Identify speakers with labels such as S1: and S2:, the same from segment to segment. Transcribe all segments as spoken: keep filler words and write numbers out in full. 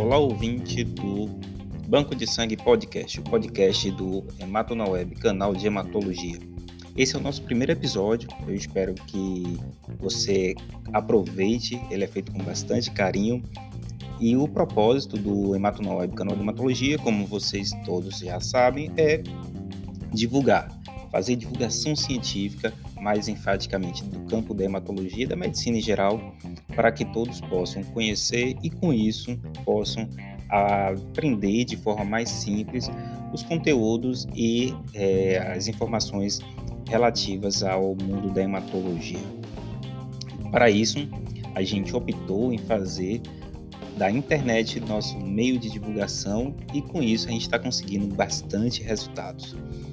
S1: Olá, ouvinte do Banco de Sangue Podcast, o podcast do Hemato na Web, canal de hematologia. Esse é o nosso primeiro episódio, eu espero que você aproveite, ele é feito com bastante carinho. E o propósito do Hemato na Web, canal de hematologia, como vocês todos já sabem, é divulgar, fazer divulgação científica, mais enfaticamente do campo da hematologia e da medicina em geral, para que todos possam conhecer e com isso possam aprender de forma mais simples os conteúdos e é, as informações relativas ao mundo da hematologia. Para isso, a gente optou em fazer da internet nosso meio de divulgação e com isso a gente está conseguindo bastante resultados.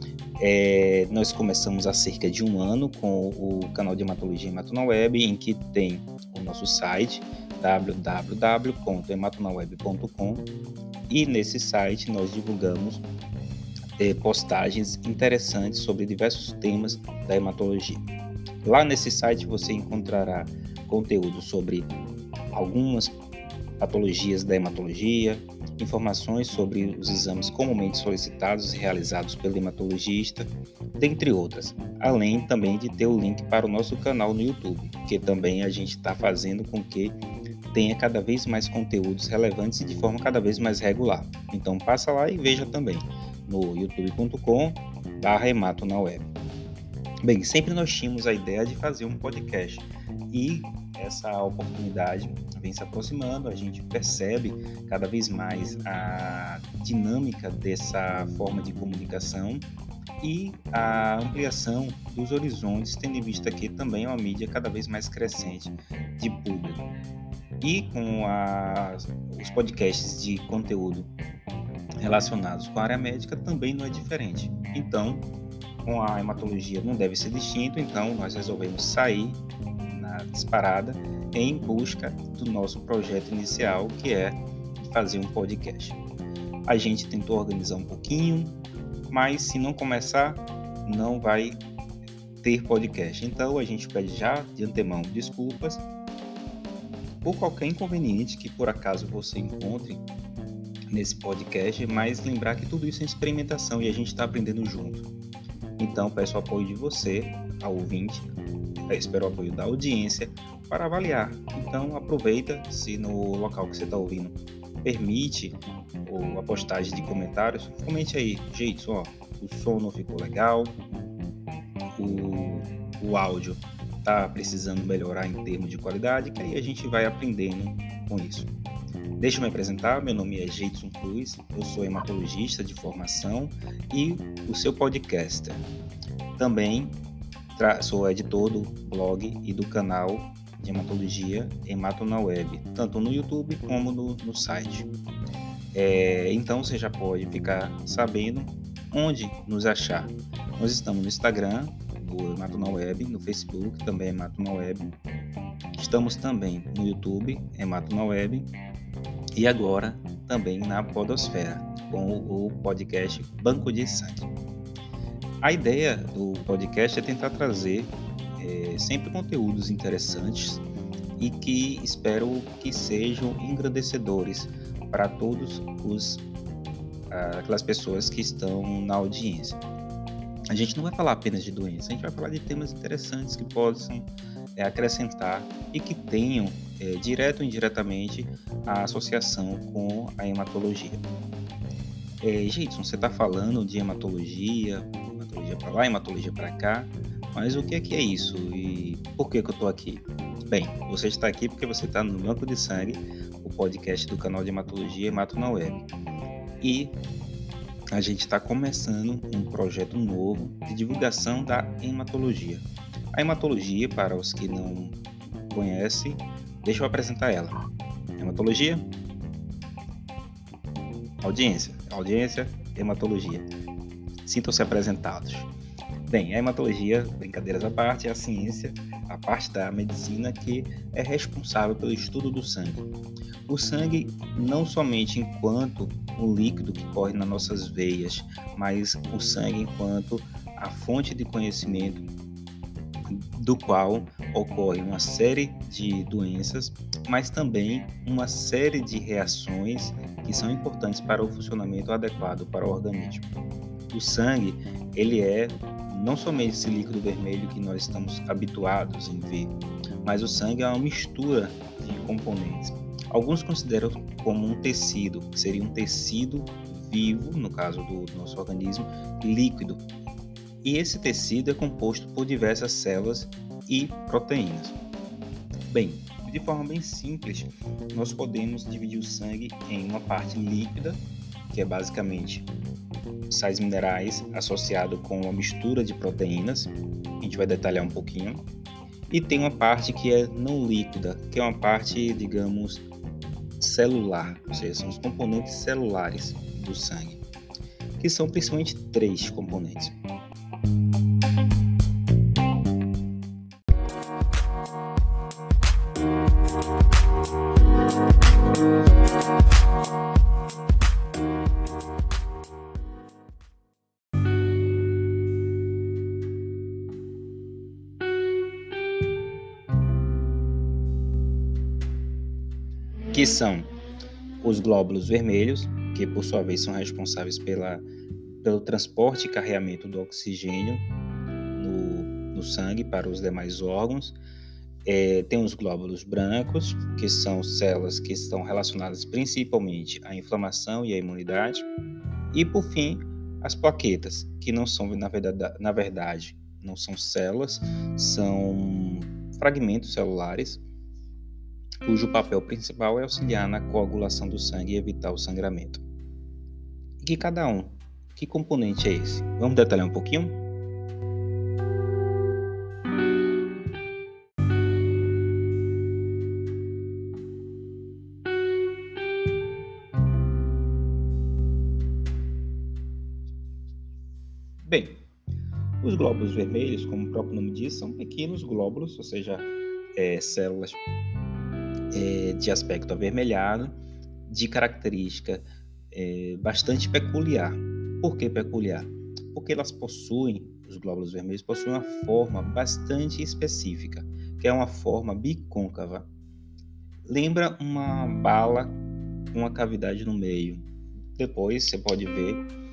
S1: É, nós começamos há cerca de um ano com o canal de hematologia Hemato na Web, em que tem o nosso site w w w ponto hemato na web ponto com e nesse site nós divulgamos é, postagens interessantes sobre diversos temas da hematologia. Lá nesse site você encontrará conteúdo sobre algumas patologias da hematologia, informações sobre os exames comumente solicitados e realizados pelo hematologista, dentre outras, além também de ter o link para o nosso canal no YouTube, que também a gente está fazendo com que tenha cada vez mais conteúdos relevantes e de forma cada vez mais regular. Então passa lá e veja também no youtube ponto com barra hemato na web. Bem, sempre nós tínhamos a ideia de fazer um podcast e essa oportunidade vem se aproximando, a gente percebe cada vez mais a dinâmica dessa forma de comunicação e a ampliação dos horizontes, tendo em vista que também é uma mídia cada vez mais crescente de público. E com a, os podcasts de conteúdo relacionados com a área médica também não é diferente. Então, com a hematologia não deve ser distinto, então nós resolvemos sair na disparada em busca do nosso projeto inicial, que é fazer um podcast. A gente tentou organizar um pouquinho, mas se não começar, não vai ter podcast. Então a gente pede já de antemão desculpas por qualquer inconveniente que por acaso você encontre nesse podcast, mas lembrar que tudo isso é experimentação e a gente está aprendendo junto. Então peço o apoio de você, ao ouvinte, espero o apoio da audiência para avaliar. Então aproveita, se no local que você está ouvindo permite ou a postagem de comentários, comente aí, gente, ó, o som não ficou legal, o, o áudio está precisando melhorar em termos de qualidade, que aí a gente vai aprendendo com isso. Deixa eu me apresentar, meu nome é Jeidson Cruz, eu sou hematologista de formação e o seu podcaster. Também tra- sou editor do blog e do canal de hematologia Hemato na Web, tanto no YouTube como no, no site. É, então você já pode ficar sabendo onde nos achar. Nós estamos no Instagram, do Hemato na Web, no Facebook, também Hemato na Web. Estamos também no YouTube, Hemato na Web, e agora também na Podosfera, com o podcast Banco de Sangue. A ideia do podcast é tentar trazer é, sempre conteúdos interessantes e que espero que sejam engrandecedores para todos os aquelas pessoas que estão na audiência. A gente não vai falar apenas de doença, a gente vai falar de temas interessantes que possam é, acrescentar e que tenham é, direto ou indiretamente a associação com a hematologia. É, Jeidson, você está falando de hematologia, hematologia para lá, hematologia para cá, mas o que é que é isso e por que que eu estou aqui? Bem, você está aqui porque você está no Banco de Sangue, o podcast do canal de hematologia Hemato na Web. E a gente está começando um projeto novo de divulgação da hematologia. A hematologia, para os que não conhecem, deixa eu apresentar ela. Hematologia, audiência, audiência, hematologia. Sintam-se apresentados. Bem, a hematologia, brincadeiras à parte, é a ciência, a parte da medicina que é responsável pelo estudo do sangue. O sangue, não somente enquanto o líquido que corre nas nossas veias, mas o sangue enquanto a fonte de conhecimento do qual ocorre uma série de doenças, mas também uma série de reações que são importantes para o funcionamento adequado para o organismo. O sangue, ele é não somente esse líquido vermelho que nós estamos habituados em ver, mas o sangue é uma mistura de componentes. Alguns consideram como um tecido, que seria um tecido vivo, no caso do nosso organismo, líquido. E esse tecido é composto por diversas células e proteínas. Bem, de forma bem simples, nós podemos dividir o sangue em uma parte líquida, que é basicamente sais minerais associado com uma mistura de proteínas, a gente vai detalhar um pouquinho, e tem uma parte que é não líquida, que é uma parte, digamos, celular, ou seja, são os componentes celulares do sangue, que são principalmente três componentes. Que são os glóbulos vermelhos, que por sua vez são responsáveis pela, pelo transporte e carregamento do oxigênio no, no sangue para os demais órgãos. É, tem os glóbulos brancos, que são células que estão relacionadas principalmente à inflamação e à imunidade. E, por fim, as plaquetas, que não são, na verdade, na verdade não são células, são fragmentos celulares, cujo papel principal é auxiliar na coagulação do sangue e evitar o sangramento. E que cada um, que componente é esse? Vamos detalhar um pouquinho? Bem, os glóbulos vermelhos, como o próprio nome diz, são pequenos glóbulos, ou seja, é, células é, de aspecto avermelhado, de característica é, bastante peculiar. Por que peculiar? Porque elas possuem, os glóbulos vermelhos possuem uma forma bastante específica, que é uma forma bicôncava. Lembra uma bala com uma cavidade no meio. Depois você pode ver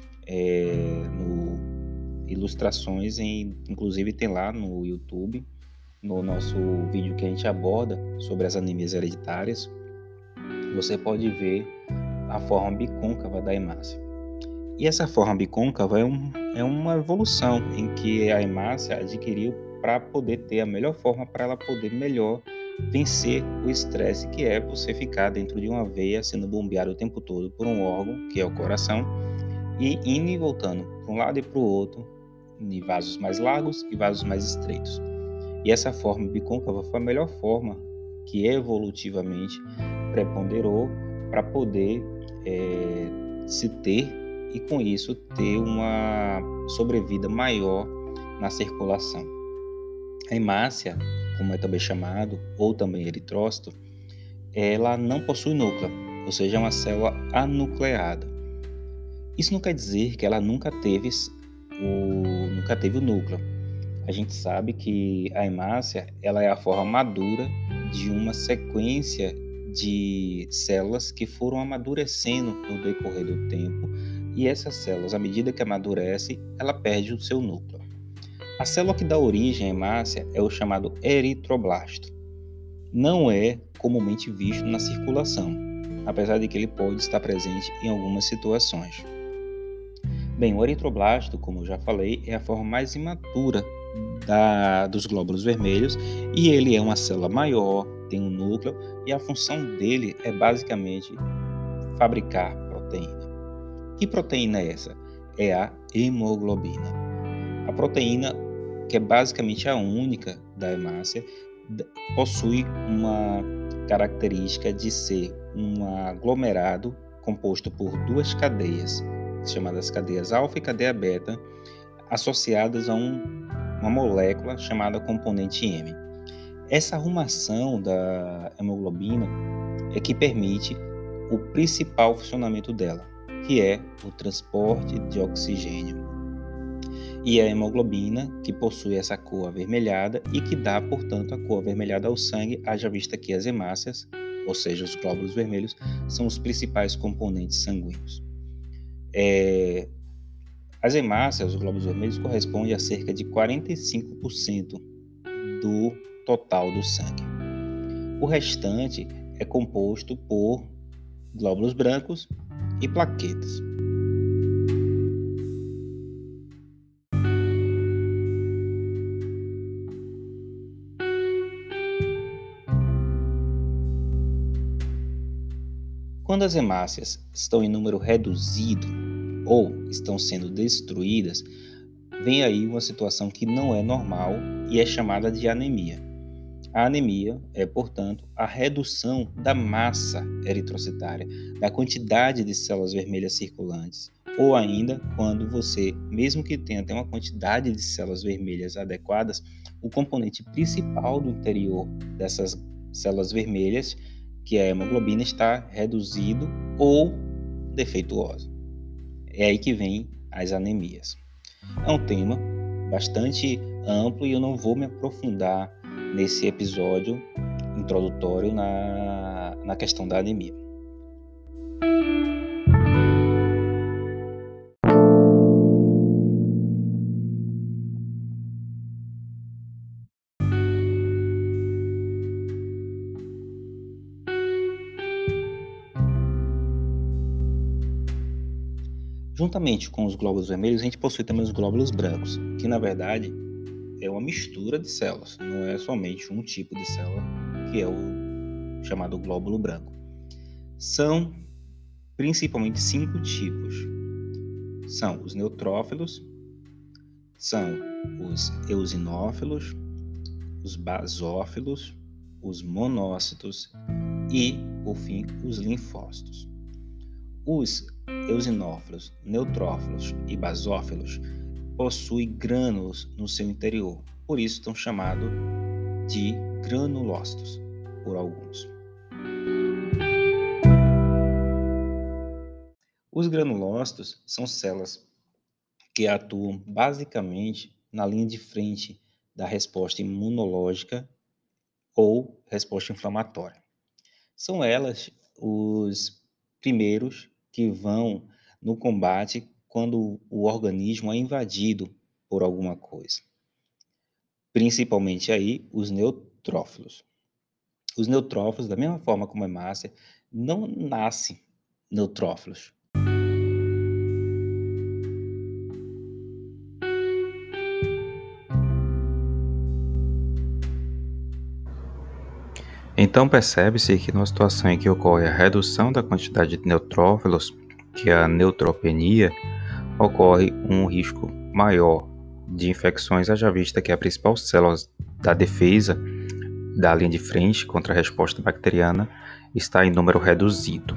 S1: é, no ilustrações, em, inclusive tem lá no YouTube, no nosso vídeo que a gente aborda sobre as anemias hereditárias, você pode ver a forma bicôncava da hemácia. E essa forma bicôncava é, um, é uma evolução em que a hemácia adquiriu para poder ter a melhor forma, para ela poder melhor vencer o estresse, que é você ficar dentro de uma veia sendo bombeado o tempo todo por um órgão, que é o coração, e indo e voltando para um lado e para o outro, em vasos mais largos e vasos mais estreitos. E essa forma bicôncava foi a melhor forma que evolutivamente preponderou para poder é, se ter e com isso ter uma sobrevida maior na circulação. A hemácia, como é também chamado, ou também eritrócito, ela não possui núcleo, ou seja, é uma célula anucleada. Isso não quer dizer que ela nunca teve o, nunca teve o núcleo. A gente sabe que a hemácia ela é a forma madura de uma sequência de células que foram amadurecendo no decorrer do tempo, e essas células, à medida que amadurece, ela perde o seu núcleo. A célula que dá origem à hemácia é o chamado eritroblasto. Não é comumente visto na circulação, apesar de que ele pode estar presente em algumas situações. Bem, o eritroblasto, como eu já falei, é a forma mais imatura da, dos glóbulos vermelhos, e ele é uma célula maior, tem um núcleo, e a função dele é basicamente fabricar proteína. Que proteína é essa? É a hemoglobina. A proteína, que é basicamente a única da hemácia, possui uma característica de ser um aglomerado composto por duas cadeias, chamadas cadeias alfa e cadeia beta, associadas a um, uma molécula chamada componente M. Essa arrumação da hemoglobina é que permite o principal funcionamento dela, que é o transporte de oxigênio. E a hemoglobina, que possui essa cor avermelhada e que dá, portanto, a cor avermelhada ao sangue, haja vista que as hemácias ou seja, os glóbulos vermelhos, são os principais componentes sanguíneos. É, as hemácias, os glóbulos vermelhos, correspondem a cerca de quarenta e cinco por cento do total do sangue. O restante é composto por glóbulos brancos e plaquetas. Quando as hemácias estão em número reduzido ou estão sendo destruídas, vem aí uma situação que não é normal e é chamada de anemia. A anemia é, portanto, a redução da massa eritrocitária, da quantidade de células vermelhas circulantes, ou ainda quando você, mesmo que tenha até uma quantidade de células vermelhas adequadas, o componente principal do interior dessas células vermelhas, que é a hemoglobina, está reduzido ou defeituosa. É aí que vem as anemias. É um tema bastante amplo e eu não vou me aprofundar nesse episódio introdutório na, na questão da anemia. Juntamente com os glóbulos vermelhos, a gente possui também os glóbulos brancos, que na verdade é uma mistura de células, não é somente um tipo de célula, que é o chamado glóbulo branco. São principalmente cinco tipos. São os neutrófilos, são os eosinófilos, os basófilos, os monócitos e, por fim, os linfócitos. Os eosinófilos, neutrófilos e basófilos possuem grânulos no seu interior, por isso estão chamados de granulócitos por alguns. Os granulócitos são células que atuam basicamente na linha de frente da resposta imunológica ou resposta inflamatória. São elas os primeiros que vão no combate quando o organismo é invadido por alguma coisa. Principalmente aí os neutrófilos. Os neutrófilos, da mesma forma como a hemácia, não nascem neutrófilos. Então percebe-se que numa situação em que ocorre a redução da quantidade de neutrófilos, que é a neutropenia, ocorre um risco maior de infecções, haja vista que a principal célula da defesa da linha de frente contra a resposta bacteriana está em número reduzido.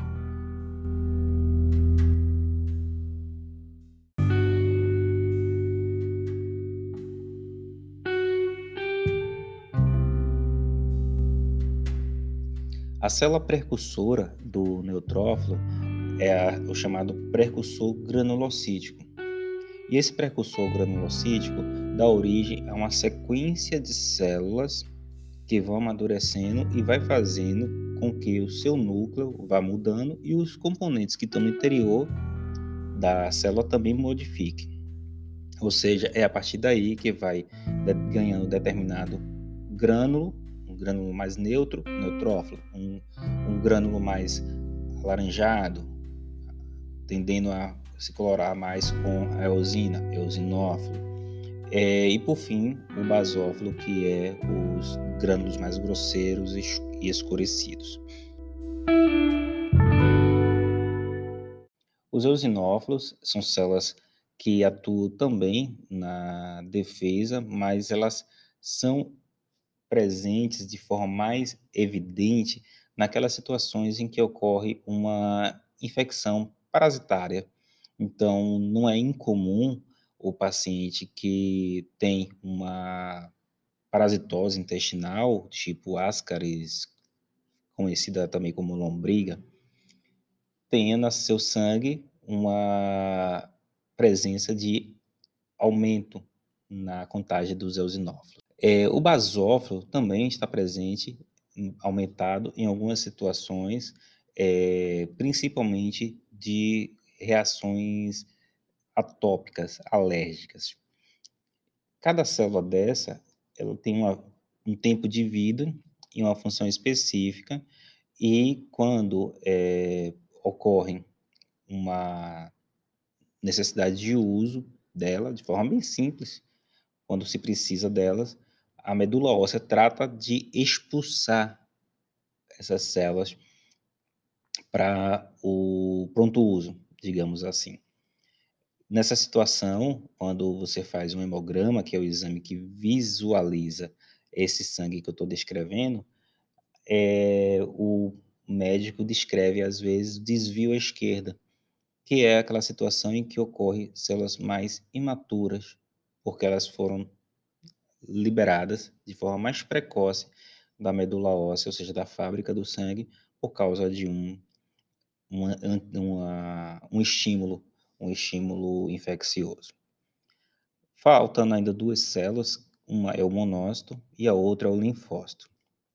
S1: A célula precursora do neutrófilo é a, o chamado precursor granulocítico. E esse precursor granulocítico dá origem a uma sequência de células que vão amadurecendo e vai fazendo com que o seu núcleo vá mudando e os componentes que estão no interior da célula também modifiquem. Ou seja, é a partir daí que vai ganhando determinado grânulo, um grânulo mais neutro, neutrófilo, um, um grânulo mais alaranjado, tendendo a se colorar mais com a eosina, eosinófilo. É, e por fim, o basófilo, que é os grânulos mais grosseiros e escurecidos. Os eosinófilos são células que atuam também na defesa, mas elas são presentes de forma mais evidente naquelas situações em que ocorre uma infecção parasitária. Então, não é incomum o paciente que tem uma parasitose intestinal, tipo Ascaris, conhecida também como lombriga, tenha no seu sangue uma presença de aumento na contagem dos eosinófilos. É, o basófilo também está presente hum, aumentado em algumas situações, eh, principalmente de reações atópicas, alérgicas. Cada célula dessa, ela tem uma um tempo de vida e uma função específica, e quando, eh, ocorre uma necessidade de uso dela, de forma bem simples, quando se precisa delas, a medula óssea trata de expulsar essas células para o pronto uso, digamos assim. Nessa situação, quando você faz um hemograma, que é o exame que visualiza esse sangue que eu estou descrevendo, eh, o médico descreve, às vezes, desvio à esquerda, que é aquela situação em que ocorre células mais imaturas, porque elas foram liberadas de forma mais precoce da medula óssea, ou seja, da fábrica do sangue, por causa de um uma an uma um estímulo um estímulo infeccioso. Faltando ainda duas células, uma é o monócito e a outra é o linfócito.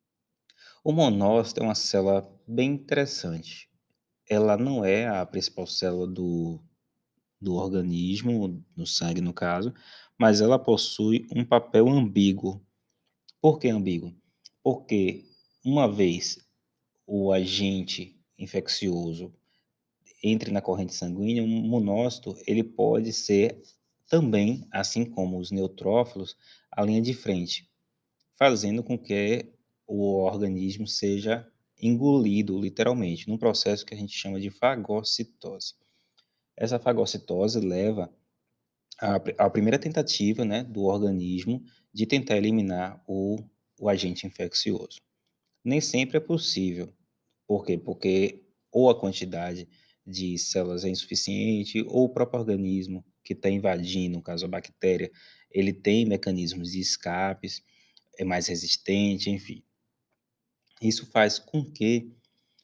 S1: O monócito é uma célula bem interessante. Ela não é a principal célula do do organismo, no sangue no caso, mas ela possui um papel ambíguo. Por que ambíguo? Porque uma vez o agente infeccioso entre na corrente sanguínea, um monócito ele pode ser também, assim como os neutrófilos, a linha de frente, fazendo com que o organismo seja engolido, literalmente, num processo que a gente chama de fagocitose. Essa fagocitose leva à, à primeira tentativa, né, do organismo de tentar eliminar o, o agente infeccioso. Nem sempre é possível. Por quê? Porque ou a quantidade de células é insuficiente, ou o próprio organismo que está invadindo, no caso a bactéria, ele tem mecanismos de escapes, é mais resistente, enfim. Isso faz com que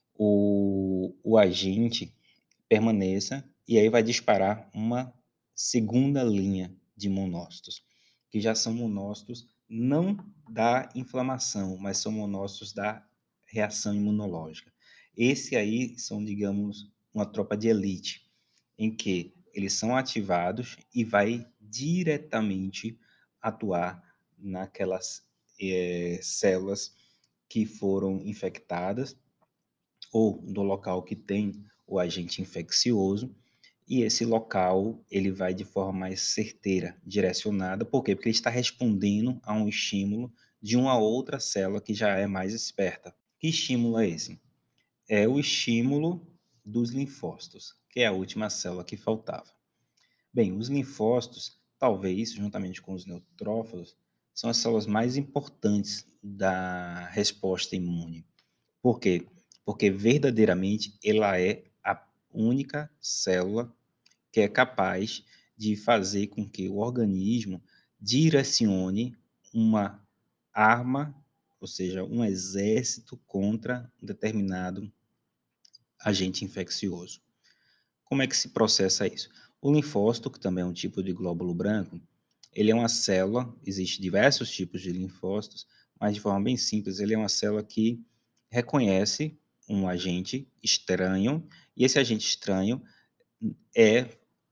S1: o, o agente permaneça e aí vai disparar uma segunda linha de monócitos, que já são monócitos não da inflamação, mas são monócitos da reação imunológica. Esse aí são, digamos, uma tropa de elite, em que eles são ativados e vai diretamente atuar naquelas eh, células que foram infectadas ou do local que tem o agente infeccioso, e esse local ele vai de forma mais certeira, direcionada. Por quê? Porque ele está respondendo a um estímulo de uma outra célula que já é mais esperta. Que estímulo é esse? É o estímulo dos linfócitos, que é a última célula que faltava. Bem, os linfócitos, talvez, juntamente com os neutrófilos, são as células mais importantes da resposta imune. Por quê? Porque verdadeiramente ela é a única célula que é capaz de fazer com que o organismo direcione uma arma, ou seja, um exército contra um determinado agente infeccioso. Como é que se processa isso? O linfócito, que também é um tipo de glóbulo branco, ele é uma célula, existem diversos tipos de linfócitos, mas de forma bem simples, ele é uma célula que reconhece um agente estranho, e esse agente estranho é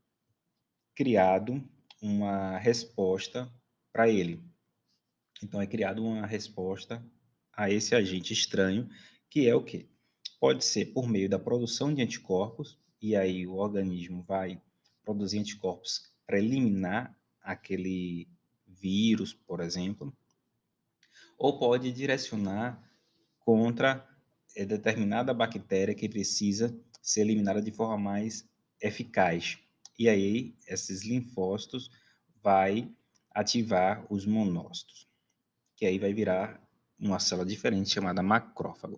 S1: criado uma resposta para ele. Então é criada uma resposta a esse agente estranho, que é o quê? Pode ser por meio da produção de anticorpos, e aí o organismo vai produzir anticorpos para eliminar aquele vírus, por exemplo, ou pode direcionar contra é, determinada bactéria que precisa ser eliminada de forma mais eficaz. E aí esses linfócitos vai ativar os monócitos, que aí vai virar uma célula diferente chamada macrófago.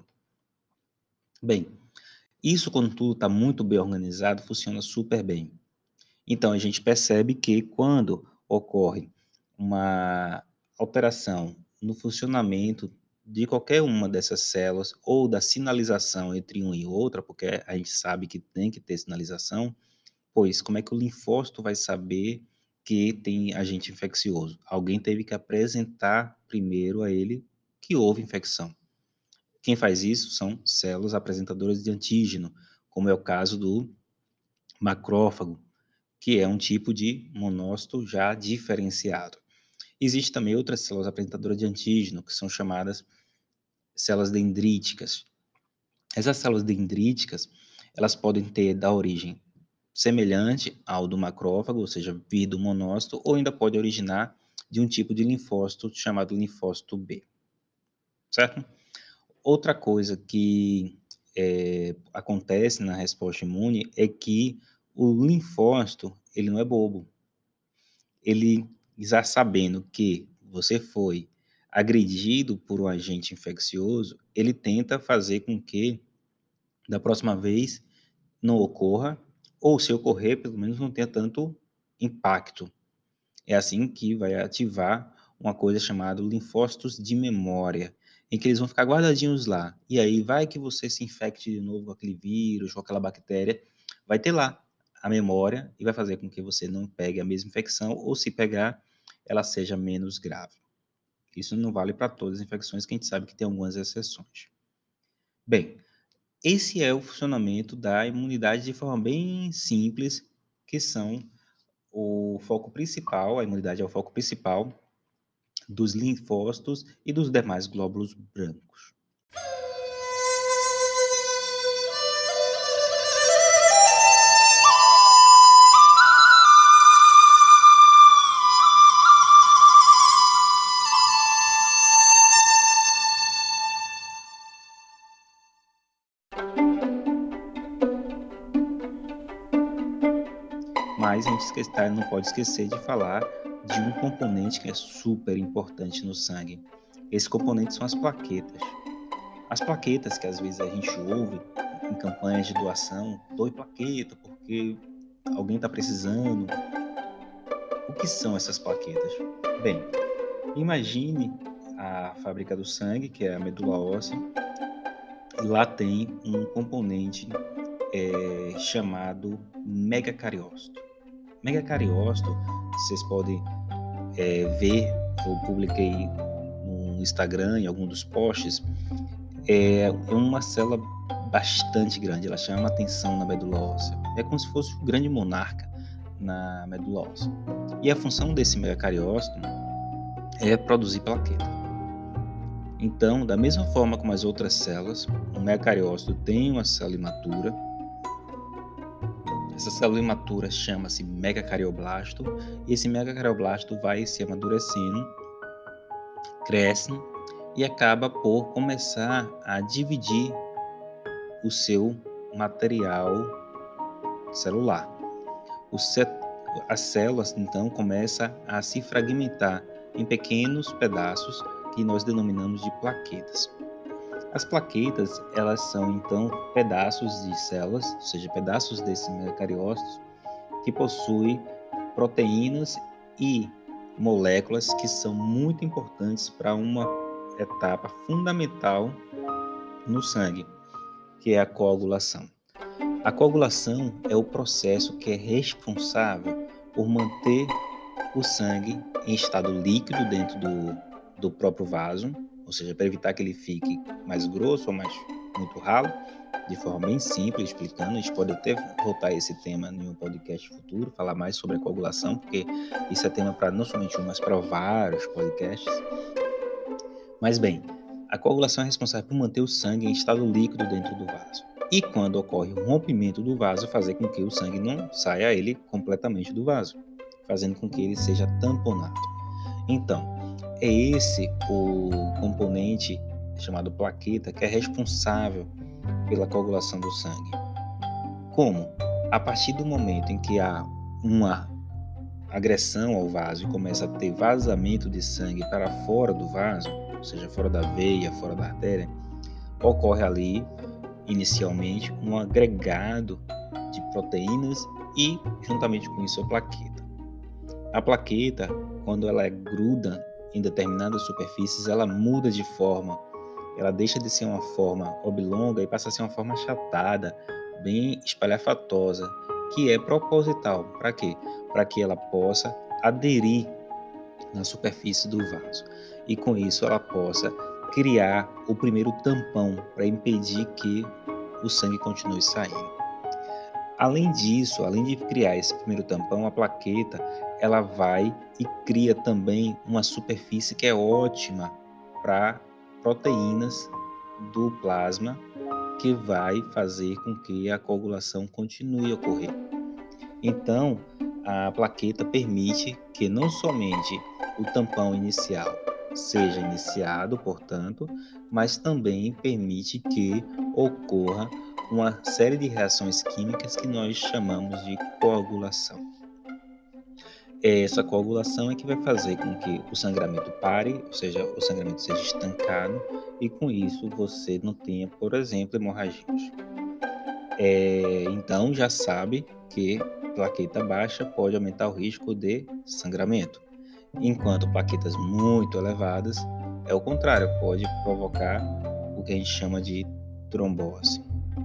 S1: Bem, isso quando tudo está muito bem organizado, funciona super bem. Então a gente percebe que quando ocorre uma alteração no funcionamento de qualquer uma dessas células ou da sinalização entre uma e outra, porque a gente sabe que tem que ter sinalização, pois como é que o linfócito vai saber que tem agente infeccioso? Alguém teve que apresentar primeiro a ele que houve infecção. Quem faz isso são células apresentadoras de antígeno, como é o caso do macrófago, que é um tipo de monócito já diferenciado. Existem também outras células apresentadoras de antígeno, que são chamadas células dendríticas. Essas células dendríticas, elas podem ter da origem semelhante ao do macrófago, ou seja, vir do monócito, ou ainda pode originar de um tipo de linfócito chamado linfócito B, certo? Outra coisa que é, acontece na resposta imune é que o linfócito, ele não é bobo. Ele, já sabendo que você foi agredido por um agente infeccioso, ele tenta fazer com que, da próxima vez, não ocorra, ou se ocorrer, pelo menos não tenha tanto impacto. É assim que vai ativar uma coisa chamada linfócitos de memória, em que eles vão ficar guardadinhos lá. E aí vai que você se infecte de novo com aquele vírus, com aquela bactéria, vai ter lá a memória e vai fazer com que você não pegue a mesma infecção, ou se pegar, ela seja menos grave. Isso não vale para todas as infecções, que a gente sabe que tem algumas exceções. Bem, esse é o funcionamento da imunidade de forma bem simples, que são o foco principal, a imunidade é o foco principal dos linfócitos e dos demais glóbulos brancos. Mas a gente esquece, não pode esquecer de falar de um componente que é super importante no sangue. Esse componente são as plaquetas. As plaquetas que às vezes a gente ouve em campanhas de doação, doe plaqueta porque alguém está precisando. O que são essas plaquetas? Bem, imagine a fábrica do sangue, que é a medula óssea, e lá tem um componente é, chamado megacariócito. Megacariócito, vocês podem é, ver, eu publiquei no Instagram, em algum dos posts, é uma célula bastante grande, ela chama atenção na medula óssea. É como se fosse um grande monarca na medula óssea. E a função desse megacariócito é produzir plaqueta. Então, da mesma forma como as outras células, o megacariócito tem uma célula imatura. Essa célula imatura chama-se megacarioblasto, e esse megacarioblasto vai se amadurecendo, cresce e acaba por começar a dividir o seu material celular. O cet... As células, então, começam a se fragmentar em pequenos pedaços que nós denominamos de plaquetas. As plaquetas, elas são, então, pedaços de células, ou seja, pedaços desses megacariócitos, que possuem proteínas e moléculas que são muito importantes para uma etapa fundamental no sangue, que é a coagulação. A coagulação é o processo que é responsável por manter o sangue em estado líquido dentro do, do próprio vaso, ou seja, para evitar que ele fique mais grosso ou mais muito ralo, de forma bem simples, explicando. A gente pode até voltar a esse tema em um podcast futuro, falar mais sobre a coagulação, porque isso é tema para não somente um, mas para vários podcasts. Mas bem, a coagulação é responsável por manter o sangue em estado líquido dentro do vaso. E quando ocorre um rompimento do vaso, fazer com que o sangue não saia ele completamente do vaso, fazendo com que ele seja tamponado. Então, é esse o componente chamado plaqueta que é responsável pela coagulação do sangue. Como? A partir do momento em que há uma agressão ao vaso e começa a ter vazamento de sangue para fora do vaso, ou seja, fora da veia, fora da artéria, ocorre ali, inicialmente, um agregado de proteínas e, juntamente com isso, a plaqueta. A plaqueta, quando ela gruda em determinadas superfícies, ela muda de forma. Ela deixa de ser uma forma oblonga e passa a ser uma forma achatada, bem espalhafatosa, que é proposital. Para quê? Para que ela possa aderir na superfície do vaso. E com isso ela possa criar o primeiro tampão para impedir que o sangue continue saindo. Além disso, além de criar esse primeiro tampão, a plaqueta ela vai e cria também uma superfície que é ótima para proteínas do plasma, que vai fazer com que a coagulação continue a ocorrer. Então, a plaqueta permite que não somente o tampão inicial seja iniciado, portanto, mas também permite que ocorra uma série de reações químicas que nós chamamos de coagulação. Essa coagulação é que vai fazer com que o sangramento pare, ou seja, o sangramento seja estancado, e com isso você não tenha, por exemplo, hemorragias. É, então já sabe que plaqueta baixa pode aumentar o risco de sangramento, enquanto plaquetas muito elevadas é o contrário, pode provocar o que a gente chama de trombose.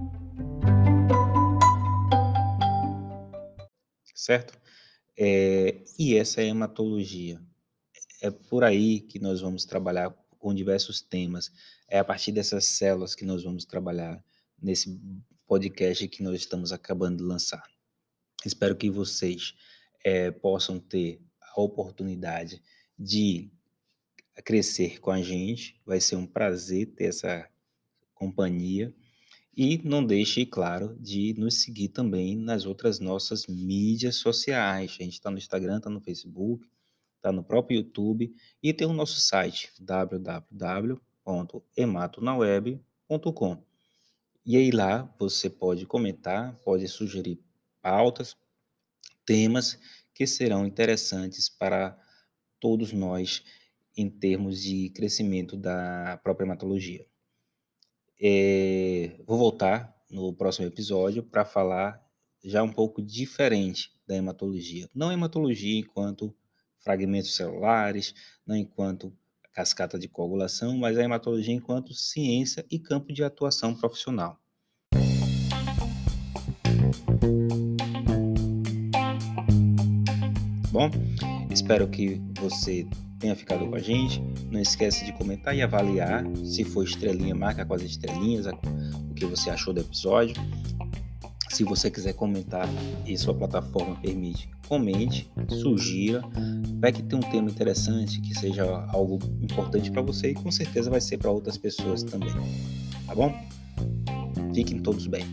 S1: Certo? É, e essa é a hematologia. É por aí que nós vamos trabalhar com diversos temas. É a partir dessas células que nós vamos trabalhar nesse podcast que nós estamos acabando de lançar. Espero que vocês é, possam ter a oportunidade de crescer com a gente. Vai ser um prazer ter essa companhia. E não deixe, claro, de nos seguir também nas outras nossas mídias sociais. A gente está no Instagram, está no Facebook, está no próprio YouTube e tem o nosso site w w w ponto hematonaweb ponto com. E aí lá você pode comentar, pode sugerir pautas, temas que serão interessantes para todos nós em termos de crescimento da própria hematologia. É, vou voltar no próximo episódio para falar já um pouco diferente da hematologia. Não a hematologia enquanto fragmentos celulares, não enquanto cascata de coagulação, mas a hematologia enquanto ciência e campo de atuação profissional. Bom, espero que você tenha ficado com a gente. Não esquece de comentar e avaliar. Se for estrelinha, marca com as estrelinhas o que você achou do episódio. Se você quiser comentar e sua plataforma permite, comente, sugira. Vai que tem um tema interessante, que seja algo importante para você e com certeza vai ser para outras pessoas também. Tá bom? Fiquem todos bem.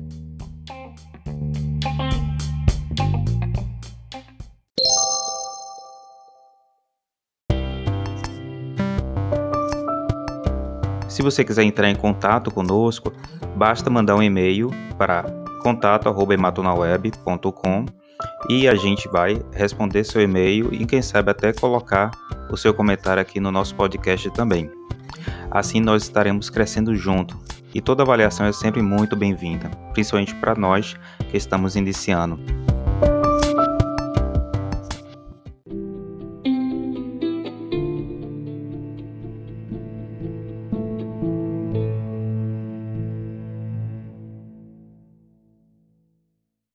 S1: Se você quiser entrar em contato conosco, basta mandar um e-mail para contato arroba hematonaweb ponto com e a gente vai responder seu e-mail e quem sabe até colocar o seu comentário aqui no nosso podcast também. Assim nós estaremos crescendo junto e toda avaliação é sempre muito bem-vinda, principalmente para nós que estamos iniciando.